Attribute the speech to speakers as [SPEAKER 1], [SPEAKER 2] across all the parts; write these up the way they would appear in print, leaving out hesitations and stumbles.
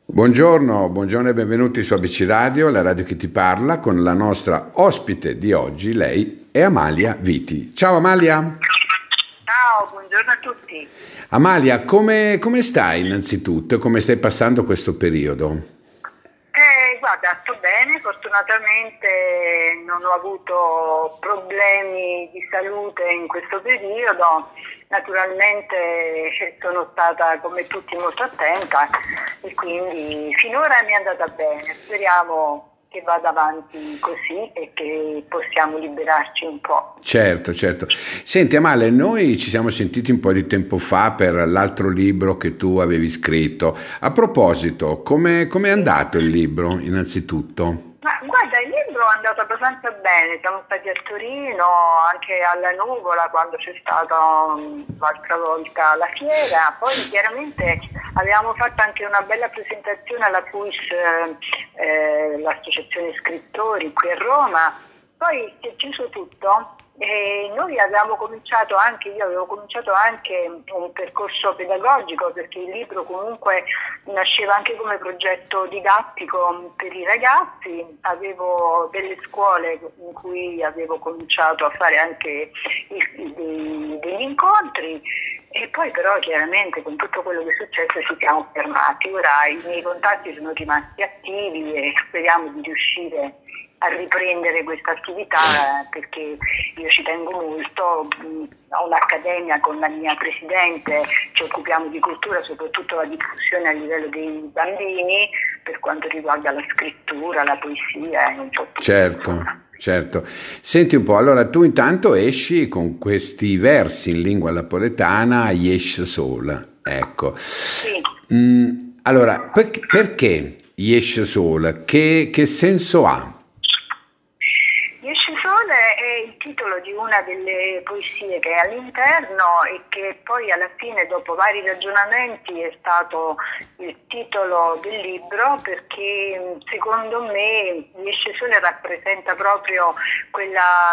[SPEAKER 1] Buongiorno e benvenuti su ABC Radio, la radio che ti parla, con la nostra ospite di oggi, lei è Amalia Viti. Ciao Amalia!
[SPEAKER 2] Ciao, buongiorno a tutti.
[SPEAKER 1] Amalia, come stai innanzitutto e come stai passando questo periodo?
[SPEAKER 2] Guarda, sto bene, fortunatamente non ho avuto problemi di salute in questo periodo. Naturalmente sono stata come tutti molto attenta e quindi finora mi è andata bene. Speriamo che vada avanti così e che possiamo liberarci un po'.
[SPEAKER 1] Certo. Senti Amalia, noi ci siamo sentiti un po' di tempo fa per l'altro libro che tu avevi scritto. A proposito, come è andato il libro innanzitutto?
[SPEAKER 2] Ma guarda, il libro è andato abbastanza bene, siamo stati a Torino, anche alla Nuvola quando c'è stata l'altra volta la fiera, poi chiaramente abbiamo fatto anche una bella presentazione alla PUIS, l'associazione scrittori qui a Roma, poi si è chiuso tutto. E noi io avevo cominciato anche un percorso pedagogico, perché il libro comunque nasceva anche come progetto didattico per i ragazzi. Avevo delle scuole in cui avevo cominciato a fare anche degli incontri e poi però chiaramente con tutto quello che è successo ci siamo fermati. Ora i miei contatti sono rimasti attivi e speriamo di riuscire a riprendere questa attività perché io ci tengo molto, ho un'accademia con la mia presidente, ci occupiamo di cultura, soprattutto la diffusione a livello dei bambini per quanto riguarda la scrittura, la poesia e non so più.
[SPEAKER 1] Certo. Senti un po', allora tu intanto esci con questi versi in lingua napoletana, Jesh Sol, ecco.
[SPEAKER 2] Sì.
[SPEAKER 1] Allora, perché Jesh Sol? Che senso ha?
[SPEAKER 2] È il titolo di una delle poesie che è all'interno e che poi alla fine, dopo vari ragionamenti, è stato il titolo del libro, perché secondo me Esce Sole rappresenta proprio quella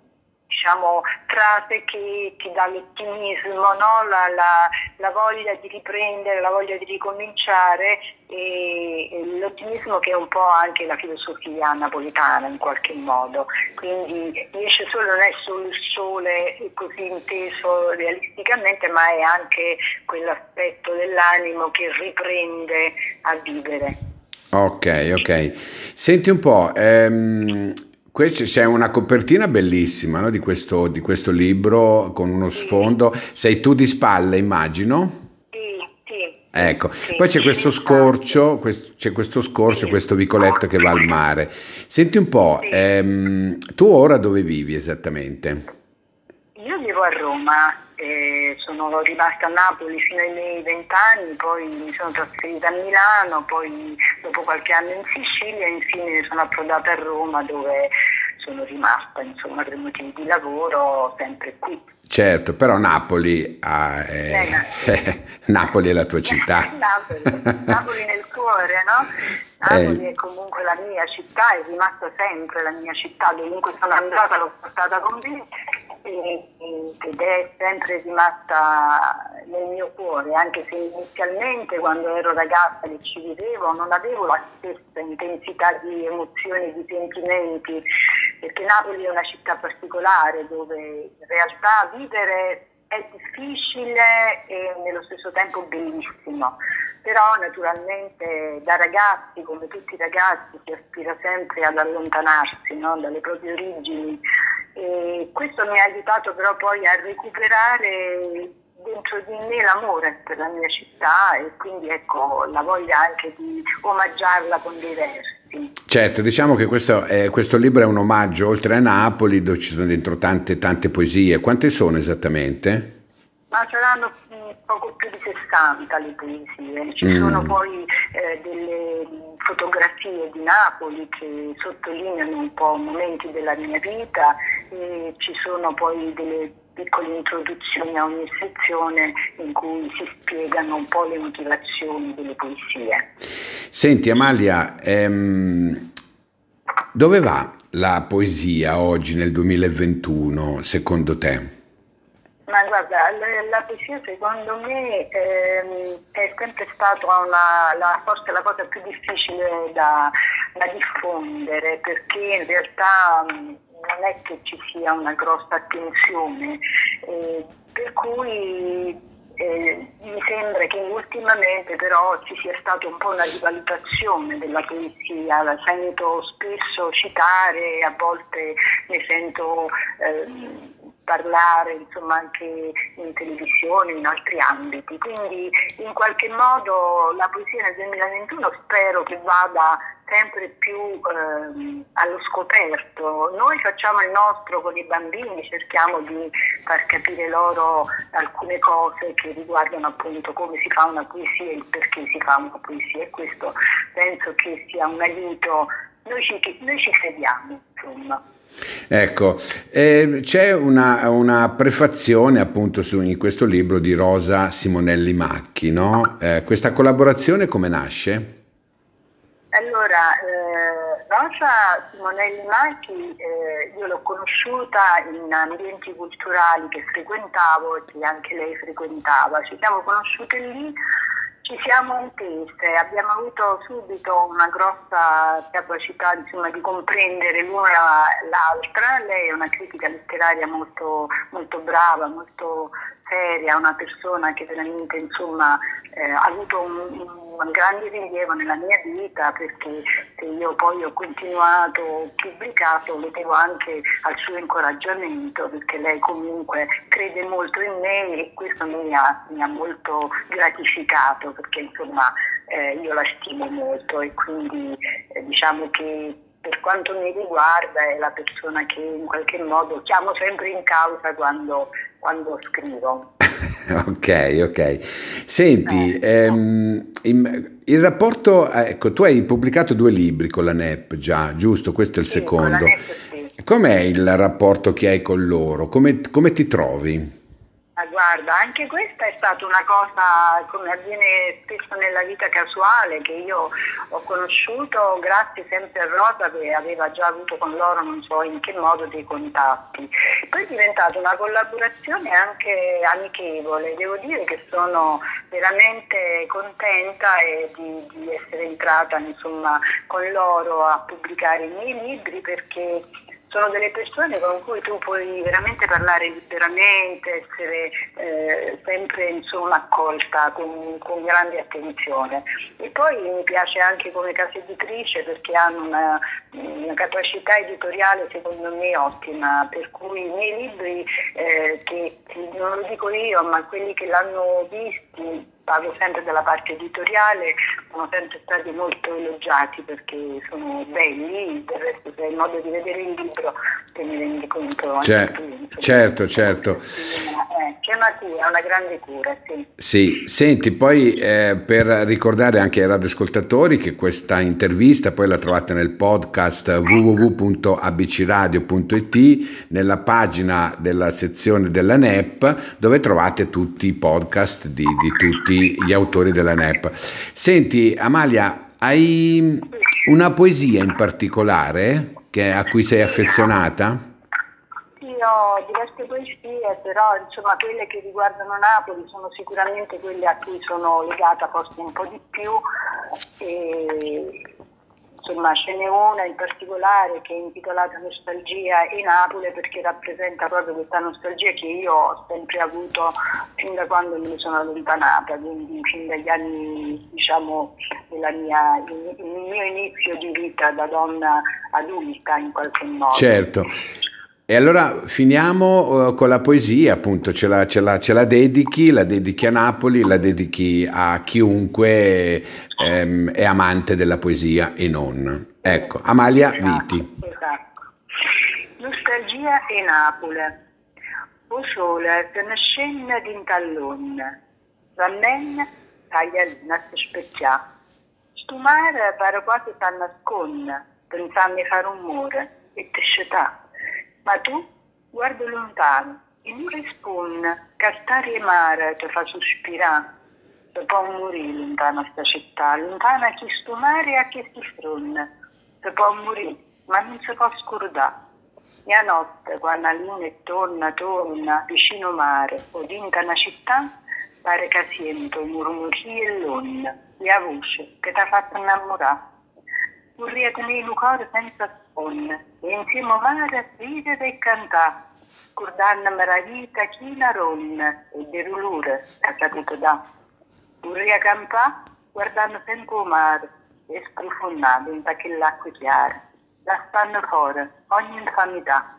[SPEAKER 2] frase che ti dà l'ottimismo, no? La voglia di riprendere, la voglia di ricominciare e l'ottimismo che è un po' anche la filosofia napoletana in qualche modo. Quindi Esce Sole non è solo il sole così inteso realisticamente, ma è anche quell'aspetto dell'animo che riprende a vivere.
[SPEAKER 1] Ok. Senti un po', c'è una copertina bellissima, no, di questo libro con uno sfondo. Sei tu di spalle, immagino?
[SPEAKER 2] Sì.
[SPEAKER 1] Ecco,
[SPEAKER 2] Sì,
[SPEAKER 1] poi c'è questo scorcio, questo vicoletto che va al mare. Senti un po', tu ora dove vivi esattamente?
[SPEAKER 2] Io vivo a Roma, sono rimasta a Napoli fino ai miei 20 anni, poi mi sono trasferita a Milano, poi dopo qualche anno in Sicilia e infine sono approdata a Roma, dove sono rimasta, insomma, per motivi di lavoro, sempre qui.
[SPEAKER 1] Certo, però Napoli Napoli è la tua città.
[SPEAKER 2] Napoli nel cuore, no? Napoli è comunque la mia città, è rimasta sempre la mia città, dovunque sono andata l'ho portata con me ed è sempre rimasta nel mio cuore, anche se inizialmente quando ero ragazza e ci vivevo non avevo la stessa intensità di emozioni e di sentimenti, perché Napoli è una città particolare dove in realtà vivere è difficile e nello stesso tempo bellissimo, però naturalmente da ragazzi, come tutti i ragazzi, si aspira sempre ad allontanarsi, no? Dalle proprie origini, e questo mi ha aiutato però poi a recuperare dentro di me l'amore per la mia città e quindi ecco la voglia anche di omaggiarla con dei versi.
[SPEAKER 1] Certo, diciamo che questo libro è un omaggio oltre a Napoli, dove ci sono dentro tante poesie. Quante sono esattamente?
[SPEAKER 2] Ma saranno poco più di 60 le poesie. Ci sono poi delle fotografie di Napoli che sottolineano un po' momenti della mia vita e ci sono poi delle piccole introduzioni a ogni sezione in cui si spiegano un po' le motivazioni delle poesie.
[SPEAKER 1] Senti Amalia, dove va la poesia oggi nel 2021 secondo te?
[SPEAKER 2] Ma guarda, la poesia secondo me è sempre stata forse la cosa più difficile da diffondere, perché in realtà non è che ci sia una grossa attenzione, per cui mi sembra che ultimamente però ci sia stata un po' una rivalutazione della poesia, la sento spesso citare, a volte ne sento parlare, insomma, anche in televisione, in altri ambiti, quindi in qualche modo la poesia nel 2021 spero che vada sempre più allo scoperto. Noi facciamo il nostro con i bambini, cerchiamo di far capire loro alcune cose che riguardano appunto come si fa una poesia e il perché si fa una poesia, e questo penso che sia un aiuto. Noi ci crediamo, insomma.
[SPEAKER 1] Ecco, c'è una prefazione appunto in questo libro di Rosa Simonelli Macchi, no? Questa collaborazione come nasce?
[SPEAKER 2] Allora, Rosa Simonelli Macchi io l'ho conosciuta in ambienti culturali che frequentavo e che anche lei frequentava. Ci siamo conosciute lì, ci siamo intese, abbiamo avuto subito una grossa capacità, insomma, di comprendere l'una l'altra. Lei è una critica letteraria molto, molto brava, molto seria, una persona che veramente, insomma, ha avuto un grande rilievo nella mia vita, perché se io poi ho continuato, ho pubblicato, lo devo anche al suo incoraggiamento, perché lei comunque crede molto in me e questo mi ha molto gratificato, perché insomma io la stimo molto e quindi diciamo che per quanto mi riguarda è la persona che in qualche modo chiamo sempre in causa quando scrivo.
[SPEAKER 1] Ok. Senti, il rapporto, ecco, tu hai pubblicato 2 libri con la NEP già, giusto? Questo è il
[SPEAKER 2] Sì, con la
[SPEAKER 1] secondo.
[SPEAKER 2] NEP sì.
[SPEAKER 1] Com'è il rapporto che hai con loro? Come ti trovi?
[SPEAKER 2] Ma guarda, anche questa è stata una cosa, come avviene spesso nella vita casuale, che io ho conosciuto grazie sempre a Rosa, che aveva già avuto con loro, non so in che modo, dei contatti. Poi è diventata una collaborazione anche amichevole. Devo dire che sono veramente contenta di essere entrata, insomma, con loro a pubblicare i miei libri, perché sono delle persone con cui tu puoi veramente parlare liberamente, essere sempre, insomma, accolta con grande attenzione. E poi mi piace anche come casa editrice, perché hanno una capacità editoriale secondo me ottima, per cui i miei libri, che non lo dico io, ma quelli che l'hanno visti, parlo sempre della parte editoriale, sono sempre stati molto elogiati perché sono belli. Del resto, se hai modo di vedere il libro te ne rendi conto anche tu, insomma.
[SPEAKER 1] Certo.
[SPEAKER 2] C'è una cura, una grande cura, sì.
[SPEAKER 1] Sì, senti, poi per ricordare anche ai radioascoltatori che questa intervista poi la trovate nel podcast www.abcradio.it, nella pagina della sezione della NEP, dove trovate tutti i podcast di tutti gli autori della NEP. Senti, Amalia, hai una poesia in particolare a cui sei affezionata?
[SPEAKER 2] Ho diverse poesie, però insomma quelle che riguardano Napoli sono sicuramente quelle a cui sono legata forse un po' di più. E, insomma, ce n'è una in particolare che è intitolata Nostalgia e Napoli, perché rappresenta proprio questa nostalgia che io ho sempre avuto fin da quando me ne sono allontanata, quindi fin dagli anni, diciamo, il mio inizio di vita da donna adulta in qualche modo.
[SPEAKER 1] Certo. E allora finiamo con la poesia, appunto, ce la dedichi a Napoli, la dedichi a chiunque è amante della poesia e non. Ecco, Amalia Viti.
[SPEAKER 2] Esatto. Nostalgia e Napoli. O sole se ne scende in tallone, rammen taglialina si specchia. Sto mare pare quasi si nasconde, pensando di fare un muro e te scetà. Ma tu guarda lontano e non rispondi che stare e mare ti fa sospirare. Si può morire lontano a sta città, lontana a chi sto mare e a chi si fronda. Si può morire, ma non si può scordare. Mia notte, quando la luna torna vicino mare, o dinca una città, pare che sento murmurio e l'onna, la voce che ti ha fatto innamorare. Vorrei tenere il cuore senza sponne, e insieme al mare ridere e cantare, scordandomi la vita china ronna e di rulure che ha saputo da. Vorrei campare guardando sempre il mare e sprofondando in quell'acqua chiara, lasciando fuori ogni infamità.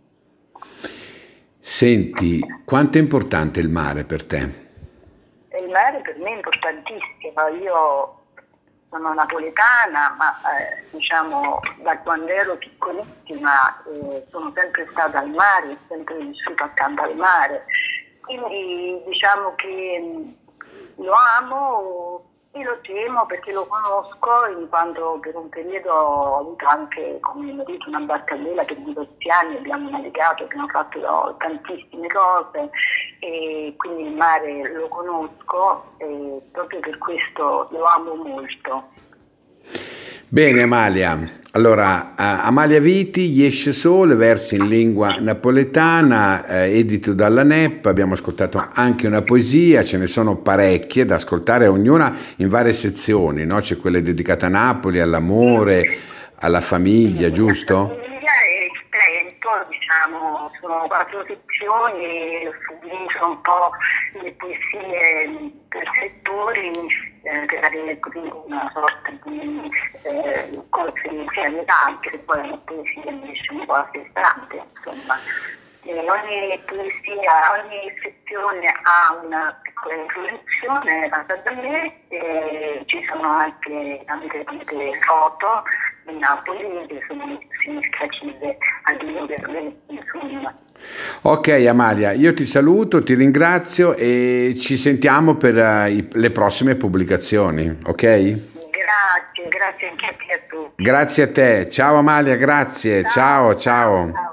[SPEAKER 1] Senti, quanto è importante il mare per te?
[SPEAKER 2] Il mare per me è importantissimo. Io sono napoletana, ma diciamo da quando ero piccolissima sono sempre stata al mare, ho sempre vissuto accanto al mare, quindi diciamo che lo amo e lo temo perché lo conosco, in quanto per un periodo ho avuto anche con mio marito una barcellera per diversi anni, abbiamo navigato, abbiamo fatto tantissime cose e quindi il mare lo conosco e proprio per questo lo amo molto.
[SPEAKER 1] Bene Amalia, allora Amalia Viti, Jesce Sole, versi in lingua napoletana, edito dalla NEP, abbiamo ascoltato anche una poesia, ce ne sono parecchie da ascoltare, ognuna in varie sezioni, no? C'è quella dedicata a Napoli, all'amore, alla famiglia, giusto?
[SPEAKER 2] E stento, diciamo, sono 4 sezioni, ho suddiviso un po' le poesie per settori per avere così una sorta di confidenzialità, anche se poi le poesie invece un po' a sé stante, insomma. Ogni poesia, ogni sezione ha una piccola introduzione fatta da me e ci sono anche tante foto di Napoli che sono significative anche per me, insomma.
[SPEAKER 1] Ok Amalia, io ti saluto, ti ringrazio e ci sentiamo per le prossime pubblicazioni, ok?
[SPEAKER 2] Grazie anche a te.
[SPEAKER 1] Grazie a te, ciao Amalia, grazie, ciao.
[SPEAKER 2] Ciao.